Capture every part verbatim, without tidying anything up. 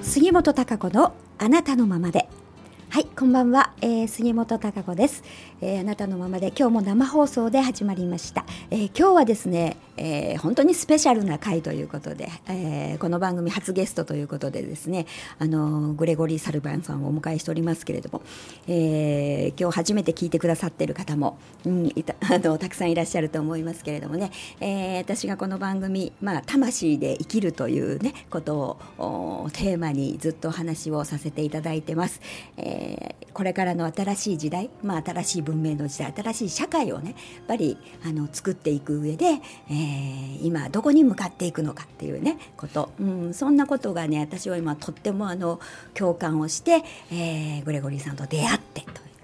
杉本孝子のあなたのままで。はい、こんばんは、えー、杉本孝子です、えー、あなたのままで今日も生放送で始まりました、えー、今日はですね、えー、本当にスペシャルな回ということで、えー、この番組初ゲストということでですね、あのグレゴリー・サルバンさんをお迎えしておりますけれども、えー、今日初めて聞いてくださっている方も、うん、いたあのたくさんいらっしゃると思いますけれどもね、えー、私がこの番組、まあ、魂で生きるという、ね、ことをテーマにずっとお話をさせていただいてます、えーこれからの新しい時代、まあ、新しい文明の時代、新しい社会をねやっぱりあの作っていく上で、えー、今どこに向かっていくのかっていうねこと、うん、そんなことがね私は今とってもあの共感をして、えー、グレゴリーさんと出会ってとうん、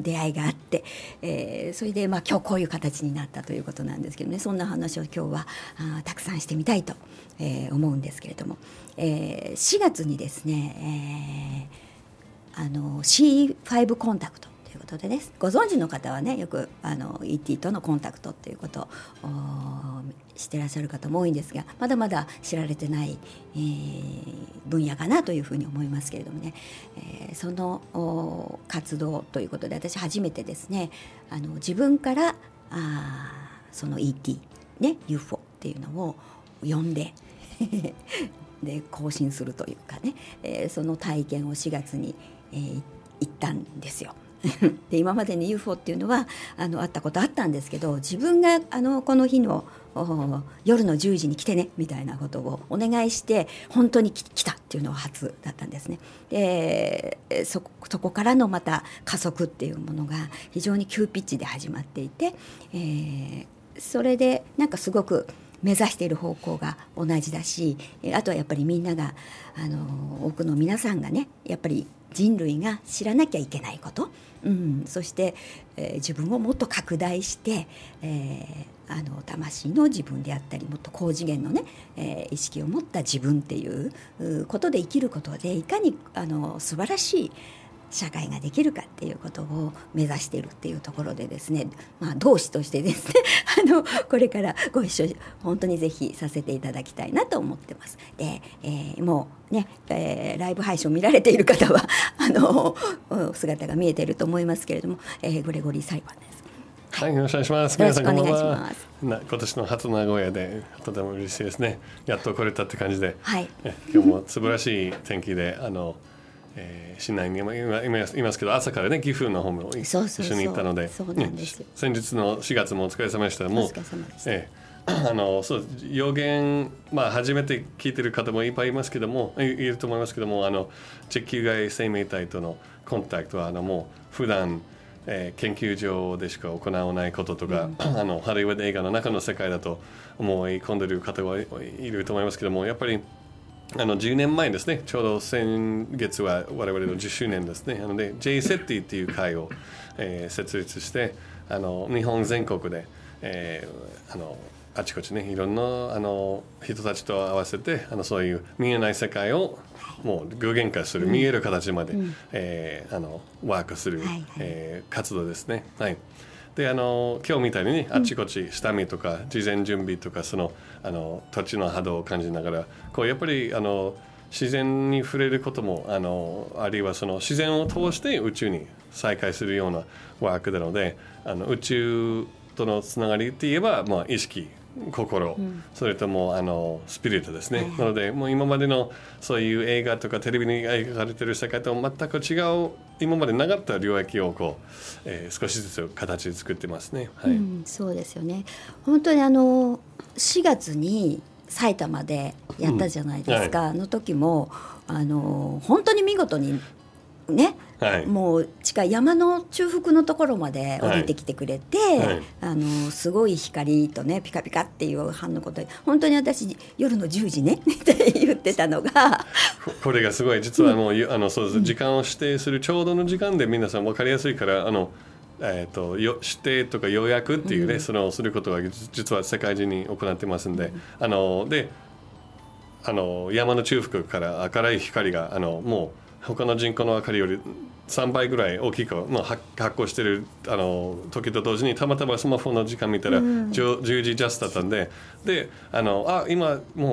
出会いがあって、えー、それで、まあ、今日こういう形になったということなんですけどね、そんな話を今日はあたくさんしてみたいと、えー、思うんですけれども、えー、しがつにですね、えーあの シーファイブ コンタクトということでね、ご存知の方はねよくあの イーティー とのコンタクトということをしてらっしゃる方も多いんですが、まだまだ知られてない、えー、分野かなというふうに思いますけれどもね、えー、その活動ということで私初めてですね、あの自分からあその イーティー、ね、ユーフォー っていうのを呼んでで更新するというかね、えー、その体験をしがつに、えー、行ったんですよで今までに ユーフォー っていうのはあの会ったことあったんですけど、自分があのこの日の夜のじゅうじに来てねみたいなことをお願いして本当に来たっていうのは初だったんですね。で そ, そこからのまた加速っていうものが非常に急ピッチで始まっていて、えー、それでなんかすごく目指している方向が同じだし、あとはやっぱりみんながあの多くの皆さんがねやっぱり人類が知らなきゃいけないこと、うん、そして、えー、自分をもっと拡大して、えー、あの魂の自分であったりもっと高次元のね、えー、意識を持った自分っていうことで生きることでいかにあの素晴らしい社会ができるかっていうことを目指しているっていうところでですね、まあ、同志としてですねあのこれからご一緒本当にぜひさせていただきたいなと思ってます。で、えー、もうね、えー、ライブ配信を見られている方はあの姿が見えていると思いますけれども、えー、グレゴリー・サリバンです。 はい、よろしくお願いします。皆さんこんばんは。今年の初名古屋でとても嬉しいですね。やっと来れたって感じで、はい、今日も素晴らしい天気であのえー、市内に今いますけど、朝からね岐阜の方も一緒に行ったので、そうなんですよ、ね、先日のしがつもお疲れ様でした。もうお疲れ様でした、えー、あのそう予言、まあ、初めて聞いてる方もいっぱいいますけどもいると思いますけども、あの地球外生命体とのコンタクトはあのもう普段えー、研究所でしか行わないこととか、うん、あのハリウッド映画の中の世界だと思い込んでいる方がいると思いますけども、やっぱりあのじゅうねんまえですね、ちょうど先月は我々のじゅっしゅうねんですね。なので ジェイセッティ っていう会を、えー、設立してあの日本全国で、えー、あのあちこちねいろんなあの人たちと合わせてあのそういう見えない世界をもう具現化する、うん、見える形まで、うんえー、あのワークする、はいはいえー、活動ですね。はいであの今日みたいに、ね、あちこち下見とか事前準備とかそのあの土地の波動を感じながらこうやっぱりあの自然に触れることもあのあるいはその自然を通して宇宙に再会するようなワークなので、あの宇宙とのつながりって言えば、まあ、意識心、うん、それともあのスピリットですね、はい、なのでもう今までのそういう映画とかテレビに描かれている世界と全く違う今までなかった領域をこう、えー、少しずつ形作ってますね、はいうん、 そうですよね。本当にあのしがつに埼玉でやったじゃないですか、うんはい、の時もあの本当に見事にねはい、もう近い山の中腹のところまで降りてきてくれて、はいはい、あのすごい光とねピカピカっていう反応ことで本当に私夜のじゅうじねって言ってたのがこれがすごい実はもう、うん、あのそうです時間を指定するちょうどの時間で皆さん分かりやすいからあの、えー、とよ指定とか予約っていうね、うん、そのすることは実は世界中に行ってますんで、うん、あのであの山の中腹から明るい光があのもう他の人工の明かりよりさんばいぐらい大きく、まあ、発光してるあの時と同時にたまたまスマホの時間見たら 10, じゅうじジャストだったんで、であのあ今もう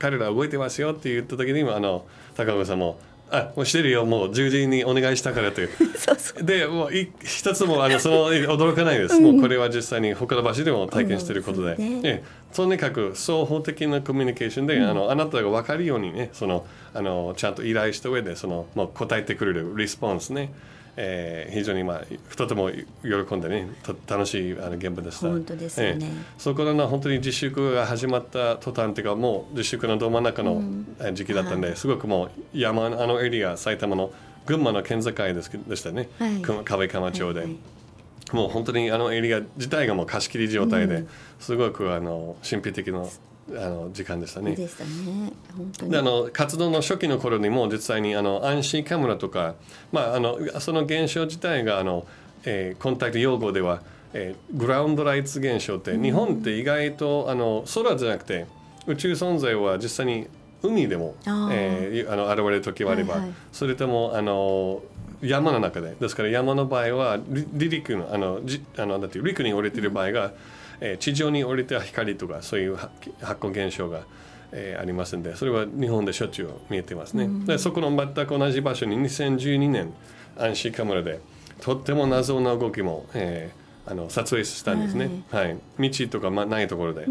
彼ら動いてますよって言った時にもあの高岡さんもあもうしてるよもうじゅうじにお願いしたからというそうそうでもう一つもあのその驚かないです、うん、もうこれは実際に他の場所でも体験していることで、うんね、とにかく双方的なコミュニケーションで、うん、あのあなたが分かるようにねそのあのちゃんと依頼した上でその、まあ、答えてくれるリスポンスねえー、非常に、まあ、とても喜んでねと楽しいあの現場でした。 本当ですよね、 えー、そこでの本当に自粛が始まった途端というかもう自粛のど真ん中の時期だったんで、うん、すごくもう山のあのエリア埼玉の群馬の県境ですでしたね、はい、河合鎌町で、はいはい、もう本当にあのエリア自体がもう貸し切り状態で、うん、すごくあの神秘的なあの時間でしたね。 でしたね。本当にであの活動の初期の頃にも実際にあの暗視カメラとか、まあ、あのその現象自体があの、えー、コンタクト用語では、えー、グラウンドライツ現象って、うん、日本って意外とあの空じゃなくて宇宙存在は実際に海でもあ、えー、あの現れる時はあれば、はいはい、それともあの山の中でですから山の場合は離陸のあのじあのなんていう陸に降りている場合が、うんえー、地上に降りた光とかそういう発光現象が、えー、ありますのでそれは日本でしょっちゅう見えてますね、うん、でそこの全く同じ場所ににせんじゅうにねん暗視カメラでとっても謎な動きも、えー、あの撮影したんですね、はいはい、道とか、ま、ないところで、うん、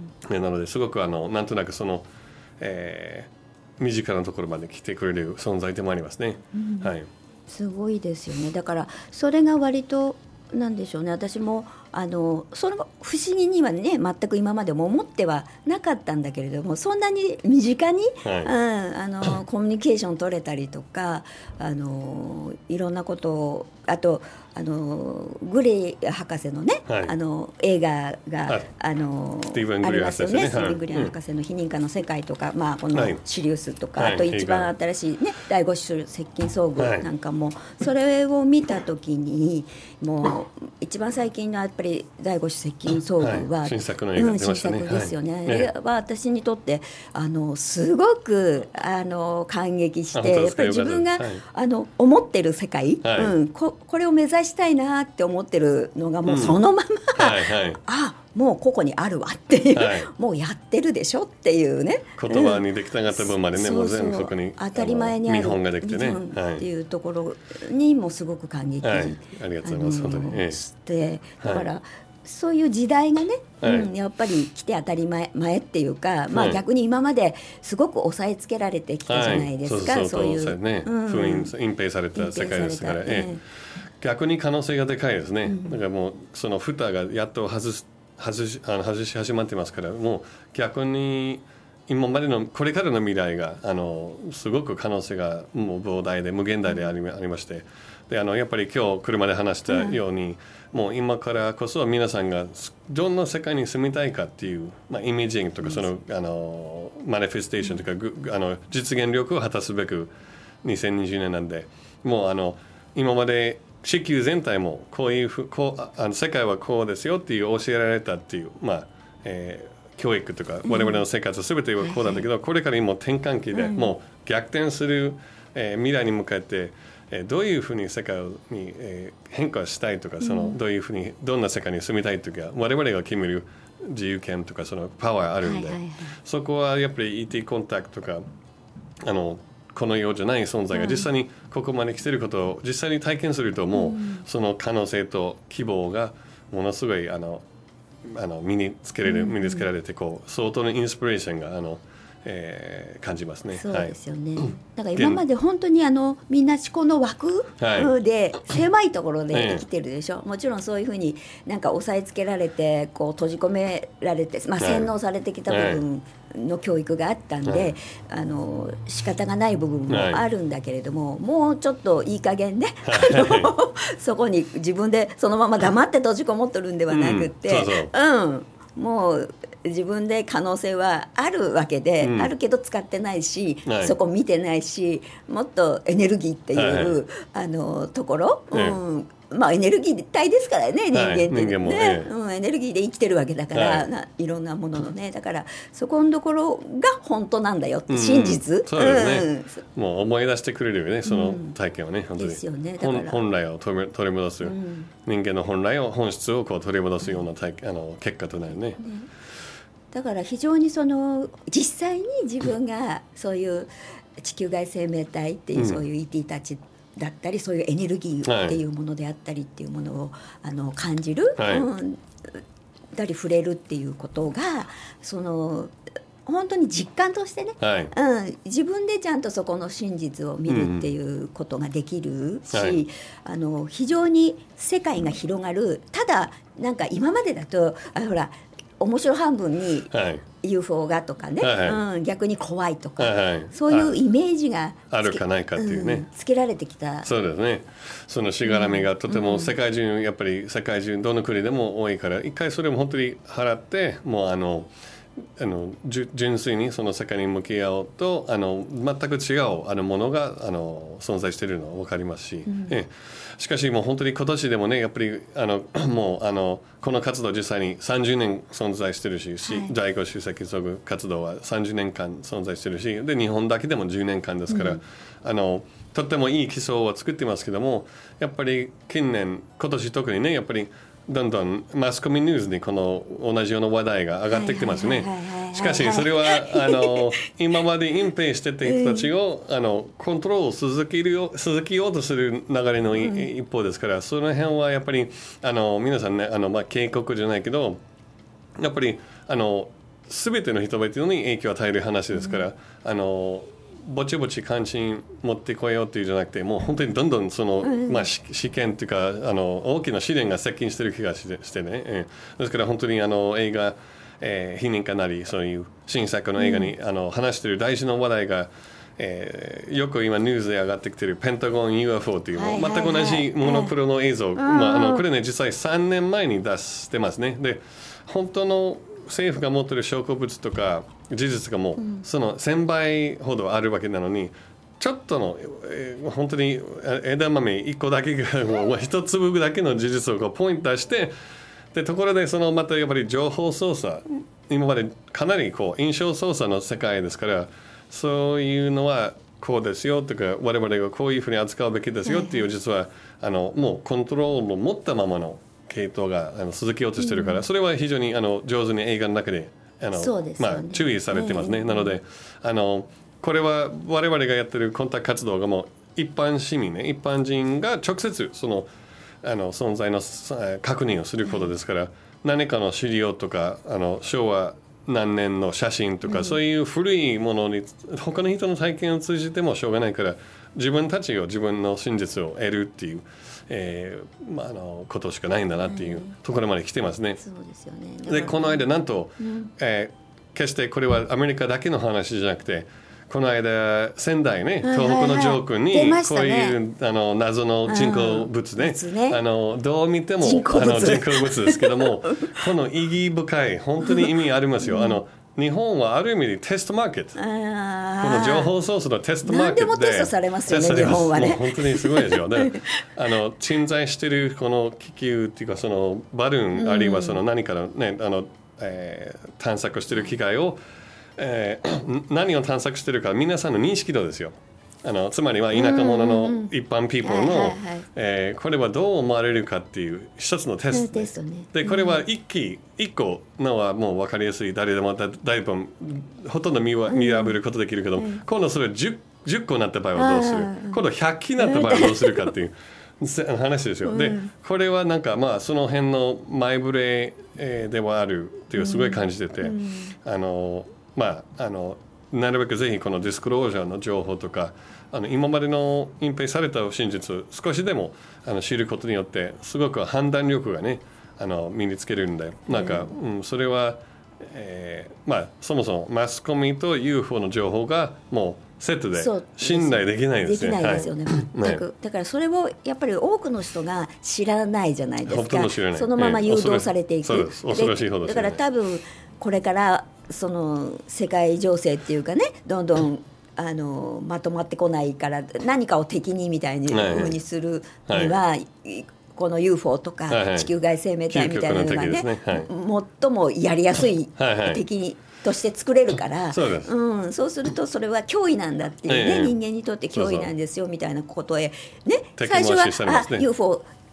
なのですごくあのなんとなくその、えー、身近なところまで来てくれる存在でもありますね、うんはい、 すごいですよね。だからそれが割となんでしょうね私もあのその不思議にはね全く今までも思ってはなかったんだけれどもそんなに身近に、はいうん、あのコミュニケーション取れたりとかあのいろんなことをあとあのグレイ博士のね、はい、あの映画があのスティーブン・グレイ博士ですね、 スティーブン・グレイ博士の非認可の世界とか、うんまあ、このシリウスとか、はい、あと一番新しい、ね、だいご種接近遭遇なんかも、はい、それを見た時にもう一番最近のやっぱりだいご種接近遭遇は、 はい、新作の映画出ましたね、 うん、新作ですよね、はい、あれは私にとってあのすごくあの感激してやっぱり自分が、はい、あの思ってる世界、はいうん、こ, これを目指したいなって思ってるのがもうそのまま、うんはいはい、あもうここにあるわっていう、はい、もうやってるでしょっていうね言葉にできたかった分までね、うん、もう全部そこに当たり前にある見本ができてねっていうところにもすごく感激、はい、 ありがとうございます、本当に、ええ、 してだから、はいそういう時代がね、はいうん、やっぱり来て当たり前、前っていうか、まあ、逆に今まですごく抑えつけられてきたじゃないですか、はい、そういう、 ねうん、封印、隠蔽された世界ですから、ええ、逆に可能性がでかいですね、うん、だからもうその蓋がやっと外す外し、あの外し始まってますからもう逆に今までのこれからの未来があのすごく可能性がもう膨大で無限大であり、うん、ありましてであのやっぱり今日車で話したように、うんもう今からこそ皆さんがどんな世界に住みたいかっていう、まあ、イメージングとかそのあのマニフェステーションとか、うん、あの実現力を果たすべくにせんにじゅうねんなんでもうあの今まで地球全体もこういうふこうあの世界はこうですよっていう教えられたっていう、まあえー、教育とか我々の生活全てはこうなんだけど、うん、これからもう転換期で、うん、もう逆転する、えー、未来に向かってどういうふうに世界に変化したいとかそのどういうふうにどんな世界に住みたいとか我々が決める自由権とかそのパワーあるんで、はいはいはい、そこはやっぱり イーティー コンタクトとかあのこの世じゃない存在が実際にここまで来てることを実際に体験するともうその可能性と希望がものすごいあのあの身につけられる身につけられてこう相当のインスピレーションがあのえー、感じますね。 そうですよね、はい、だから今まで本当にあのみんなこの枠で狭いところで生きてるでしょ、はい、もちろんそういうふうになんか押さえつけられてこう閉じ込められて、まあ、洗脳されてきた部分の教育があったんで、はい、あの仕方がない部分もあるんだけれども、はい、もうちょっといい加減ね、はい、あのそこに自分でそのまま黙って閉じこもっとるんではなくて、うん、そうそううん、もう自分で可能性はあるわけで、うん、あるけど使ってないし、はい、そこ見てないしもっとエネルギーっていう、はい、あのところ、はいうんまあ、エネルギー体ですからね人間って、ねはい人間もねうん、エネルギーで生きてるわけだから、はい、ないろんなもののねだからそこのところが本当なんだよって、うん、真実、うん、 そうですね、うん、もう思い出してくれるよねその体験をね、うん、本当にですよね、だから本来を取り戻す、うん、人間の本来を本質をこう取り戻すような体験あの結果となるね、ねだから非常にその実際に自分がそういう地球外生命体っていう、うん、そういう イーティー たちだったりそういうエネルギーっていうものであったりっていうものを、はい、あの感じる、はい、うん、だり触れるっていうことがその本当に実感としてね、はい、うん、自分でちゃんとそこの真実を見るっていうことができるし、うんはい、あの非常に世界が広がる。ただなんか今までだとあほら面白半分に ユーフォー がとかね、はいはい、うん、逆に怖いとか、はいはい、そういうイメージがあるかないかっていうね、うん、 つけられてきた。 そうですね。そのしがらみがとても世界中、うん、やっぱり世界中どの国でも多いから一回それも本当に払ってもうあのあの純粋にその世界に向き合うとあの全く違うあのものがあの存在しているのは分かりますし、うん、えしかしもう本当に今年でもねやっぱりあのもうあのこの活動実際にさんじゅうねん存在しているし、はい、第五種積極活動はさんじゅうねんかん存在しているしで日本だけでもじゅうねんかんですから、うん、あのとってもいい基礎を作ってますけどもやっぱり近年今年特にねやっぱりどんどんマスコミニュースにこの同じような話題が上がってきてますね。しかしそれはあの今まで隠蔽してた人たちをあのコントロール続けるよ続けようとする流れの一方ですから、その辺はやっぱりあの皆さんねあの、まあ、警告じゃないけどやっぱりあの全ての人々に影響を与える話ですから、あのぼちぼち関心持ってこようっていうじゃなくてもう本当にどんどんその、うんまあ、試験というかあの大きな試練が接近してる気がして、してね、えー、ですから本当にあの映画、えー、非認可なりそういう新作の映画に、うん、あの話している大事な話題が、えー、よく今ニュースで上がってきているペンタゴン ユーエフオー という、はいはいはい、全く同じモノクロの映像、はいまあ、あのこれね実際さんねんまえに出してますね。で本当の政府が持っている証拠物とか事実がもうそのせんばいほどあるわけなのにちょっとの、えー、本当に枝豆いっこだけがもう一粒だけの事実をこうポイント出してでところでそのまたやっぱり情報操作今までかなりこう印象操作の世界ですからそういうのはこうですよとか我々がこういうふうに扱うべきですよっていう実はあのもうコントロールを持ったままの系統があの続けようとしてるから、うん、それは非常にあの上手に映画の中であのそうですよね、まあ、注意されてますね、えー、なのであのこれは我々がやってるコンタクト活動がもう一般市民ね一般人が直接そのあの存在の確認をすることですから、えー、何かの資料とかあの昭和何年の写真とか、うん、そういう古いものに他の人の体験を通じてもしょうがないから自分たちを自分の真実を得るっていう、えーまあ、あのことしかないんだなっていうところまで来てますね。 そうですよね。 でこの間なんと、うんえー、決してこれはアメリカだけの話じゃなくてこの間仙台ね東北の上空にこういう、ね、あの謎の人工物ね、ねあのどう見ても人工物、 あの人工物ですけどもこの意義深い本当に意味ありますよ。あの日本はある意味でテストマーケットこの情報ソースのテストマーケットで何でもテストされますよね日本はね。 もう本当にすごいですよ。であの鎮座しているこの気球っていうかそのバルーン、うん、あるいはその何かのねあの、えー、探索している機械を、えー、何を探索しているか皆さんの認識度ですよ。あのつまりは田舎者の一般ピーポーのこれはどう思われるかっていう一つのテスト、ねテストね、でこれは一機一個のはもう分かりやすい誰でもだいぶほとんど 見, 見破ることできるけど、うん、今度それ 10, 10個になった場合はどうする今度ひゃくきになった場合はどうするかっていう話ですよ、うん、でこれはなんかまあその辺の前触れではあるっていうすごい感じてて、うん、あのまああのなるべくぜひこのディスクロージャーの情報とかあの今までの隠蔽された真実少しでもあの知ることによってすごく判断力がねあの身につけるんでなんか、うんうん、それは、えーまあ、そもそもマスコミと ユーフォー の情報がもうセットで信頼できないですね。 できないですよね、はい、全く、ね、だからそれをやっぱり多くの人が知らないじゃないですか。そのまま誘導されていく、 そうです恐ろしいほどです、ね、 だから多分これからその世界情勢っていうかねどんどんあのまとまってこないから何かを敵にみたいに風にするには、はいはい、この ユーフォー とか地球外生命体みたいなのがね、ねはい、最もやりやすい敵にとして作れるから、そうです、うん、そうするとそれは脅威なんだっていうね、ええ、人間にとって脅威なんですよみたいなことへね最初はあ ユーフォー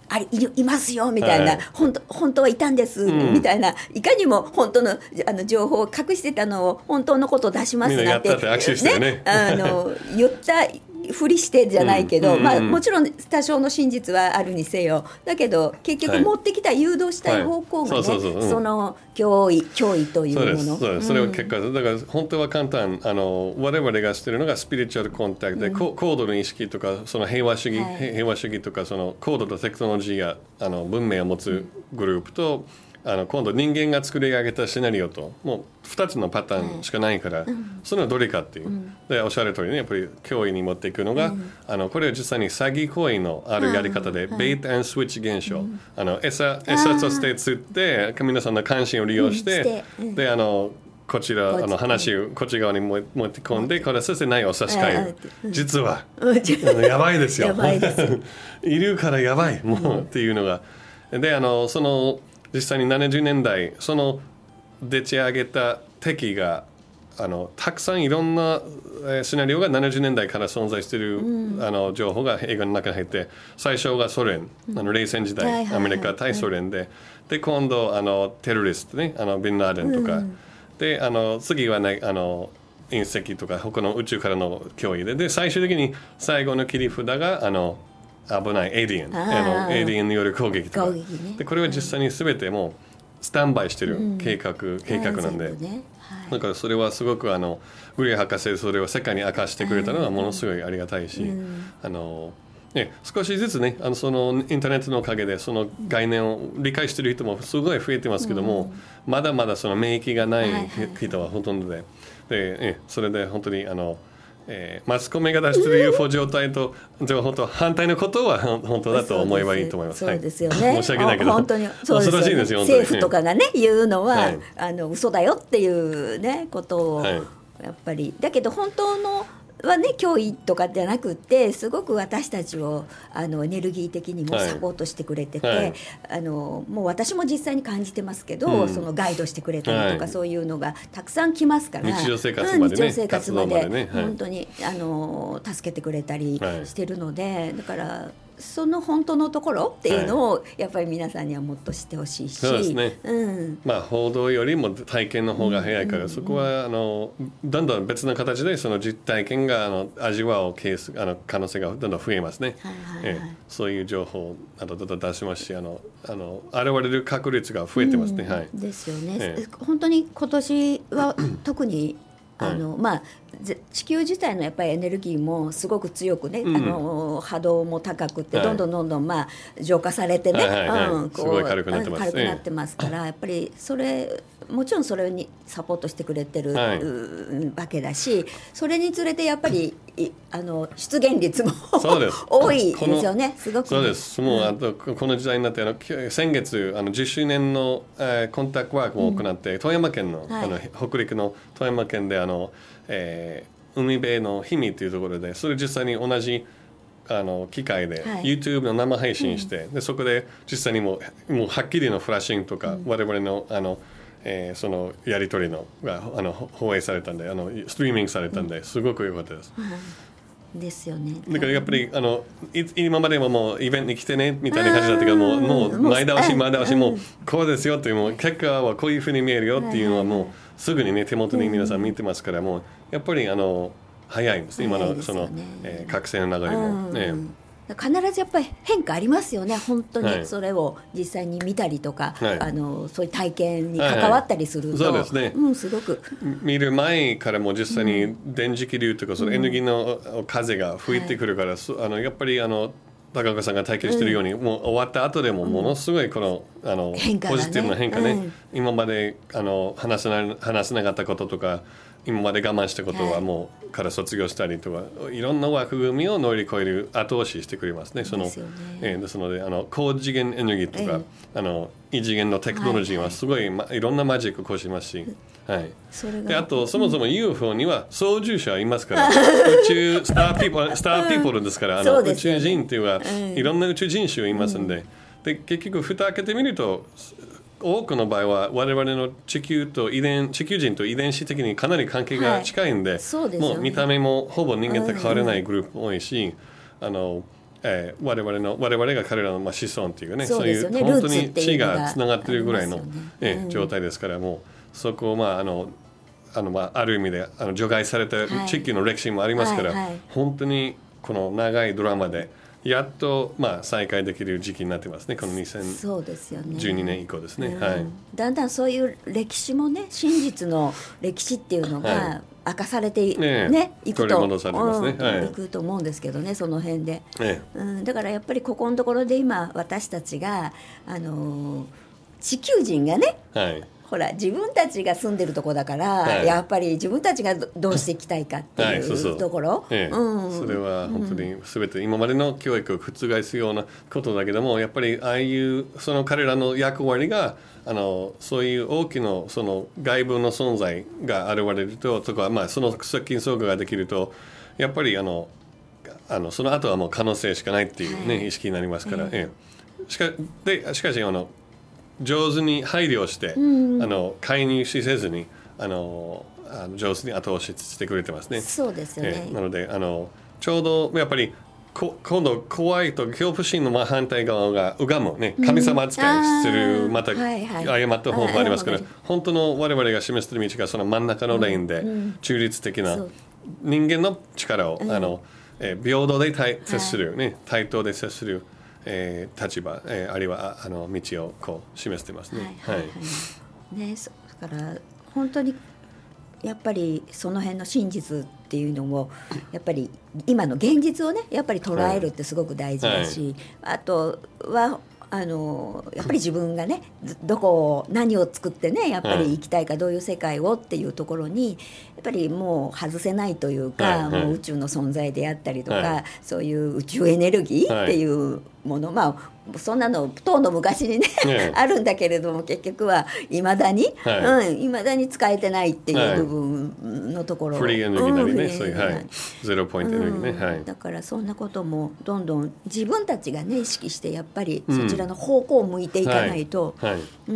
あれ い, いますよみたいな、はい、本当本当はいたんです、うん、みたいな、いかにも本当のあの情報を隠してたのを本当のことを出しますなんて、 みんなやったって握手してね、 あの言ったふりしてじゃないけど、うんうんうん、まあ、もちろん多少の真実はあるにせよ、だけど結局持ってきた誘導したい方向がね、その脅威脅威というもの、 そうです、それは結果、うん、だから本当は簡単、あの我々がしているのがスピリチュアルコンタクトで、うん、高度の意識とかその平和主義、はい、平和主義とかその高度とテクノロジーやあの文明を持つグループと、あの今度人間が作り上げたシナリオともうふたつのパターンしかないから、はい、そのどれかっていう、うん、でおっしゃる通りね、やっぱり脅威に持っていくのが、うん、あのこれは実際に詐欺行為のあるやり方で、うん、ベイト&スイッチ現象、うん、あの 餌, 餌として釣って皆さんの関心を利用して、うん、であのこちらあの話をこっち側に持って込んで、これそして内容を差し替える、実はやばいですよやばいですよいるからやばいもうっていうのがで、あのその実際にななじゅうねんだいその出ち上げた敵があのたくさんいろんな、えー、シナリオがななじゅうねんだいから存在している、うん、あの情報が映画の中に入って、最初がソ連、うん、あの冷戦時代、はいはいはい、アメリカ対ソ連で、はい、で今度あのテロリストね、あのビンラーデンとか、うん、であの次はねあの隕石とか他の宇宙からの脅威で、で最終的に最後の切り札があの危ないエイリアン、あのエイリアンによる攻撃とか、ね、でこれは実際に全てもうスタンバイしてる計画、うん、計画なんで、ね、はい、だからそれはすごくあのグリー博士それを世界に明かしてくれたのはものすごいありがたいし、うん、あのね、少しずつね、あのそのインターネットのおかげでその概念を理解している人もすごい増えてますけども、うん、まだまだその免疫がない人はほとんどで、で、ね、それで本当にあのえー、マスコミが出している ユーフォー 状態と情報と反対のことは本当だと思えばいいと思います。 そうですよね。 申し訳ないけど本当にそうですよね。恐ろしいですよ。政府とかがね言うのは、はい、あの嘘だよっていうねことを、はい、やっぱりだけど本当のはね脅威とかじゃなくってすごく私たちをあのエネルギー的にもサポートしてくれてて、はいはい、あのもう私も実際に感じてますけど、うん、そのガイドしてくれたりとか、はい、そういうのがたくさん来ますから、 日常生活までね、 日常生活までね、本当にあの助けてくれたりしてるので、はい、だからその本当のところっていうのをやっぱり皆さんにはもっと知ってほしいし、 そうですね、 うん、 まあ報道よりも体験の方が早いから、うん、そこはあのどんどん別の形でその実体験があの味わうケースあの可能性がどんどん増えますね、はいはいはい、えそういう情報などどんどん出しますし、あのあの現れる確率が増えてますね、うん、はい、 ですよね、ええ、本当に今年は特にあのまあ、地球自体のやっぱりエネルギーもすごく強くね、うん、あの波動も高くて、はい、どんどんどんどん、まあ、浄化されてね、 すごい軽くなってます、 軽くなってますから、やっぱりそれもちろんそれにサポートしてくれてる、はい、わけだし、それにつれてやっぱりあの出現率も多いですよね。すごく、ね、 そうです。もうあとこの時代になってあの先月あのじゅっしゅうねんの、えー、コンタクトワークを行って、うん、富山県の、はい、あの北陸の富山県であの、えー、海辺の氷見というところで、それ実際に同じあの機械で YouTube の生配信して、はい、でそこで実際にもう、もうはっきりのフラッシングとか、うん、我々のあのえー、そのやり取りのがあの放映されたんで、あのストリーミングされたんで、すごく良かったです、 うん、ですよね。 だからやっぱりあのい今まではもうイベントに来てねみたいな感じだったけど、もうもう前倒し前倒しもうこうですよっていう、もう結果はこういうふうに見えるよっていうのはもうすぐにね手元に皆さん見てますから、もうやっぱりあの早いんです、今のその、えー、覚醒の流れも、ね、 必ずやっぱり変化ありますよね。本当にそれを実際に見たりとか、はい、あのそういう体験に関わったりすると、はいはい、そうですね、うん、すごく見る前からも実際に電磁気流とか、そのエネルギーの風が吹いてくるから、うん、あのやっぱりあの高岡さんが体験しているように、うん、もう終わった後でもものすごいこの、うん、あの変化がね、 ポジティブな変化ね、 うん、 今まであの話せな、話せなかったこととか今まで我慢したことはもうから卒業したりとか、はい、いろんな枠組みを乗り越える後押ししてくれますね。そのですよね、えー、ですのであの高次元エネルギーとか、えー、あの異次元のテクノロジーはすごい、はいま、いろんなマジックを起こしますし、はい、それがであとそもそも ユーフォー には操縦者いますから、宇宙スターピーポルスターピーポルですから、あの宇宙人っていうのは、うん、いろんな宇宙人種いますんで、うん、で結局蓋開けてみると多くの場合は我々の地球と遺伝地球人と遺伝子的にかなり関係が近いんで、はい、そうですよね、もう見た目もほぼ人間と変わらないグループ多いし、うん、あのえー、我々の我々が彼らのまあ子孫っていうね、そういう本当に血がつながっているぐらいの、ねえー、状態ですから、もうそこをまああのあのまあある意味であの除外された地域の歴史もありますから、はいはいはい、本当にこの長いドラマでやっとまあ再開できる時期になってますね、このにせんじゅうにねん以降ですね。 うんはい、 だんだんそういう歴史もね、真実の歴史っていうのが明かされてい、ねね、いくと、 取り戻されますね、 うんはい、いくと思うんですけどね、その辺で、ねうん、だからやっぱりここのところで今私たちが、あのー、地球人がね、はいほら自分たちが住んでるところだから、はい、やっぱり自分たちがどうしていきたいかっていうところ、それは本当に全て今までの教育を覆すようなことだけども、やっぱりああいうその彼らの役割があのそういう大きなその外部の存在が現れるととか、まあ、その接近相互ができるとやっぱりあのあのその後はもう可能性しかないっていう、ねはい、意識になりますから、ええ、しかでしかしあの上手に配慮して、うん、あの介入しせずにあのあの上手に後押ししてくれてますね。 そうですよね。 えー、なのであのちょうどやっぱりこ今度怖いと恐怖心の真反対側が拝むね、神様扱いする、うん、また、はいはい、誤った方法がありますから、はいはい、本当の我々が示している道がその真ん中のレーンで、うん、中立的な人間の力を、うん、あのえー、平等で接する、ね、対等で接するえー、立場、えー、あるいはあの道をこう示してますね。はいはいはいね、だから本当にやっぱりその辺の真実っていうのもやっぱり今の現実をねやっぱり捉えるってすごく大事だし、はい、あとはあのやっぱり自分がねどこを何を作ってねやっぱり生きたいか、どういう世界をっていうところにやっぱりもう外せないというか、はいはい、もう宇宙の存在であったりとか、はい、そういう宇宙エネルギーっていうもの、はい、まあそんなのとうの昔にね、ねあるんだけれども結局はいまだに、はいうん、未だに使えてないっていう部分のところ、 はい、フリーエネルギーなりね、うん、そういう、はい、ゼロポイントエネルギーね、うんはい、 だからそんなこともどんどん自分たちがね意識してやっぱりそちらの方向を向いていかないと、うんはいうん、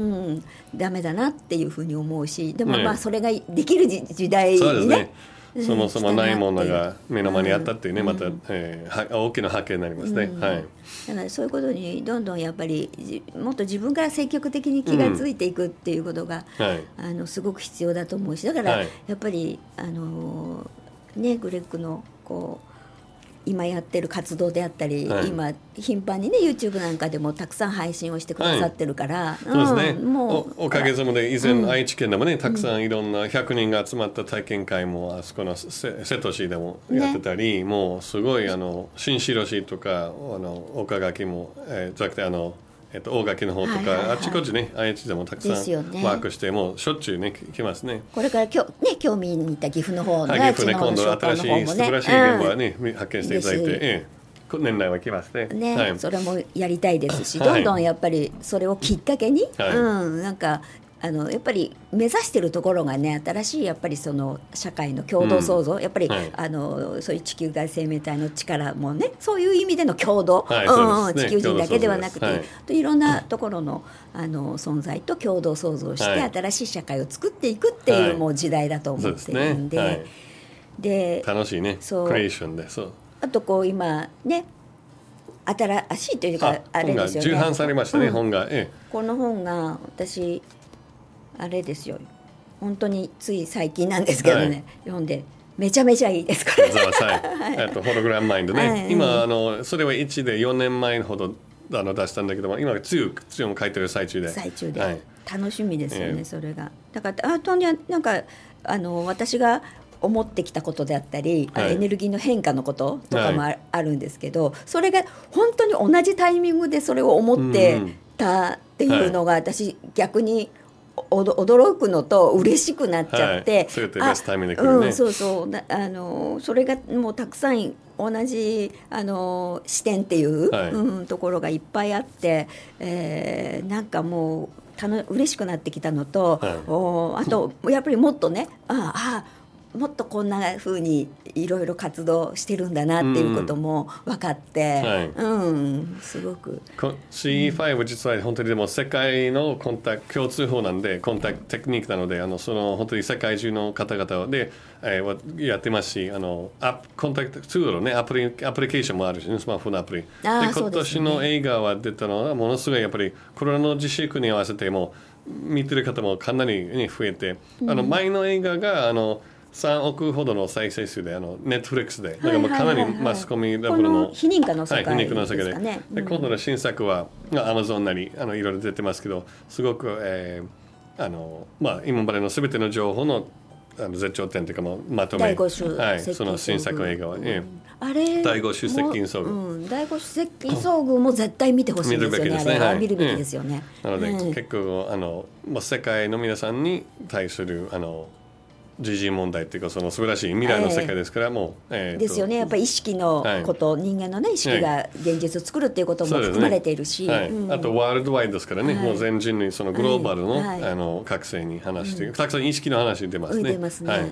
ダメだなっていうふうに思うし、でもまあそれができる時代にね、 そうですねそもそもないものが目の前にあったっていうね、うん、また、えー、大きな発見になりますね、うんはい、 だからそういうことにどんどんやっぱりもっと自分から積極的に気がついていくっていうことが、うんはい、あのすごく必要だと思うし、だからやっぱり、はい、あのねグレッグのこう今やってる活動であったり、はい、今頻繁にね YouTube なんかでもたくさん配信をしてくださってるから、はい、 そうですね、うん、もう お, おかげさまで以前、うん、愛知県でもねたくさんいろんなひゃくにんが集まった体験会もあそこの瀬戸市でもやってたり、ね、もうすごいあの新城市とかあの岡垣も、えー、じゃなくてあのえっと、大垣の方とか、はいはいはい、あちこちね愛知でもたくさんワークして、ね、もうしょっちゅうね来ますね。 これからきょ、ね、興味に行った岐阜の方の、ね、 岐阜ね今度新しい素晴らしい現場をね、うん、発見していただいて、ええ、年内は来ますね。 ね、 はい、 それもやりたいですし、どんどんやっぱりそれをきっかけに、はい、うん、なんかあのやっぱり目指しているところがね新しいやっぱりその社会の共同創造、うん、やっぱり、はい、あのそういう地球外生命体の力もねそういう意味での共同、はいうんね、地球人だけではなくて、はい、といろんなところの、あの存在と共同創造して、はい、新しい社会を作っていくっていう、はい、もう時代だと思っているんで、はい、で楽しいねクリエーションでそうあとこう今ね新しいというかあれですよね重版されましたね、うん、本が、ええ、 この本が私あれですよ本当につい最近なんですけどね、はい、読んでめちゃめちゃいいですこれはい、とホログラムマインドね、はい、今あのそれはいちでよねんまえほどあの出したんだけども今つゆつゆも書いてる最中で最中で、はい、楽しみですよね、えー、それがだからあとになんかあの私が思ってきたことであったり、はい、エネルギーの変化のこととかも あ,、はい、あるんですけどそれが本当に同じタイミングでそれを思ってたっていうのが私逆に驚くのと嬉しくなっちゃって、はい、 そういうベストタイミングで来るね、 うん、そうそうあのそれがもうたくさん同じあの視点っていう、はいうん、ところがいっぱいあって、えー、なんかもうたの嬉しくなってきたのと、はい、おあとやっぱりもっとねああもっとこんな風にいろいろ活動してるんだなっていうことも分かって、うんはいうん、すごくシーイーファイブ は実は本当にでも世界のコンタクト共通法なんでコンタクトテクニックなのであのその本当に世界中の方々で、えー、やってますしあのアコンタクトツールねアプリアプリケーションもあるし、ね、スマホのアプリで今年の映画は出たのはものすごいやっぱりコロナの自粛に合わせても見てる方もかなり、ね、増えて、うん、あの前の映画があのさんおくほどの再生数であのネットフリックスでなんかもうかなりマスコミレベルの非認可の世界ですかね、 で今度の新作はアマゾンなりあのいろいろ出てますけどすごく、えーあのまあ、今までのすべての情報のあの絶頂点というかもまとめ、 第五種はい、その新作映画は、うんえー、あれ第五種接近遭遇、 うん、第五種接近遭遇も絶対見てほしいですよね。あれは見るべきですよね、 うん、なので、うん、結構あの、まあ、世界の皆さんに対するあの時事問題っていうかその素晴らしい未来の世界ですから、えー、もう、えー、 ですよね。やっぱり意識のこと、はい、人間のね意識が現実を作るっていうことも含まれているし、 ねはいうん、あとワールドワイドですからね、はい、もう全人類そのグローバルの、はい、あの覚醒に話して、うん、たくさん意識の話出ますね。 出ますね、はいうん、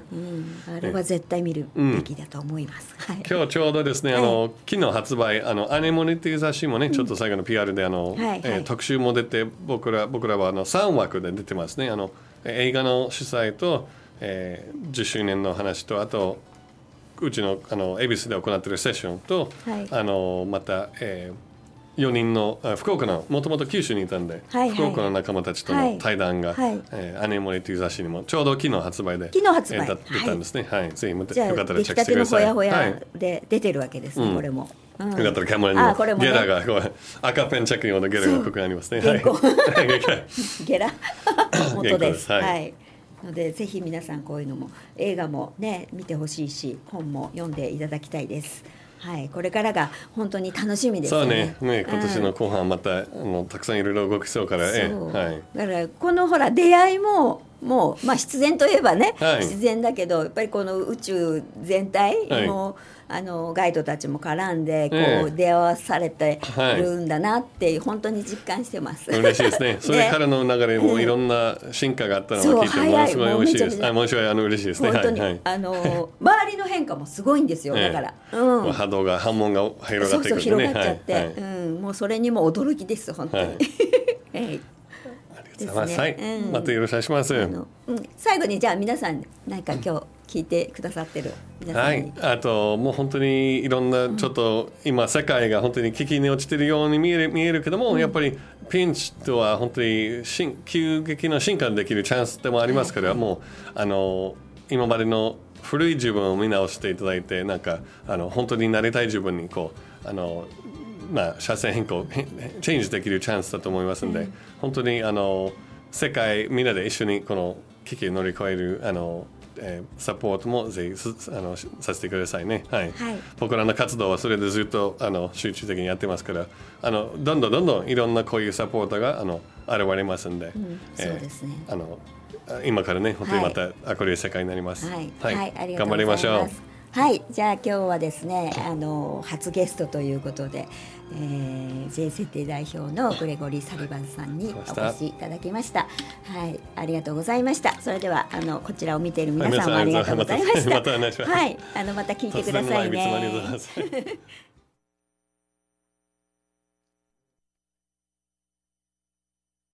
あれは絶対見るべきだと思います、 うんはい、今日ちょうどですねあの、はい、昨日発売あのアネモネっていう雑誌もね、うん、ちょっと最後の ピーアール であの、はいえー、特集も出て僕ら僕らはあのさんわくで出てますね。あの映画の主催とえー、じゅっしゅうねんの話とあとうちのあの恵比寿で行っているセッションと、はい、あのまた、えー、よにんの福岡のもともと九州にいたんで、はいはい、福岡の仲間たちとの対談が、はいえー、アネモネという雑誌にもちょうど昨日発売で昨日発売、 えー、出たんですね、はいはい、ぜひまたよかったらチェックしてください。じゃあ出来たてのほやほやで出てるわけですね、はい、これも、 うん、よかったらキャメラにも、ね、ゲラがこう赤ペン着用のゲラがここにありますね。 はい、ゲラ元です。はい、はいのでぜひ皆さんこういうのも映画もね見てほしいし本も読んでいただきたいです。はい、これからが本当に楽しみですよね。 そうね、ね今年の後半また、うん、あのたくさんいろいろ動きそうから、 そうえはい、 だからこのほら出会いももう、まあ、必然といえばね、はい、必然だけどやっぱりこの宇宙全体も、はいあのガイドたちも絡んでこう、えー、出会わされてるんだなって本当に実感してます。 嬉しいですね。それからの流れもいろんな進化があったのを聞いてものすごい嬉しいです。あ、もちろんあの嬉しいですね。 本当に、 はいはい、 あの周りの変化もすごいんですよ。だから、 えーうん、波動が波紋が広がってくるね。そうそう広がっちゃって、はいはいうん、もうそれにも驚きです本当に。はいはいはい、うん、またよろしくお願いします。あの、 うん、最後にじゃあ皆さん何か今日聞いてくださってる皆さんに、 はい、あともう本当にいろんなちょっと今世界が本当に危機に落ちてるように見える、見えるけども、うん、やっぱりピンチとは本当に急激な進化できるチャンスでもありますから、はい、もうあの今までの古い自分を見直していただいてなんかあの本当になりたい自分にこうあのまあ、車線変更チェンジできるチャンスだと思いますので、うん、本当にあの世界みんなで一緒にこの危機を乗り越えるあの、えー、サポートもぜひあのさせてくださいね、はいはい、僕らの活動はそれでずっとあの集中的にやってますからあのどんどんどんどんいろんなこういうサポートがあの現れますんで、うん、 そうですね、 あの今からね本当にまた明るい世界になります。 はい、はいはい、ありがとうございます。 頑張りましょう。 はい、じゃあ今日はですねあの初ゲストということで、えー、ジェイセティ代表のグレゴリー・サリバンさんにお越しいただきました。はい、ありがとうございました。それではあのこちらを見ている皆さんもありがとうございました。 また、また、 はい、あのまた聞いてくださいね。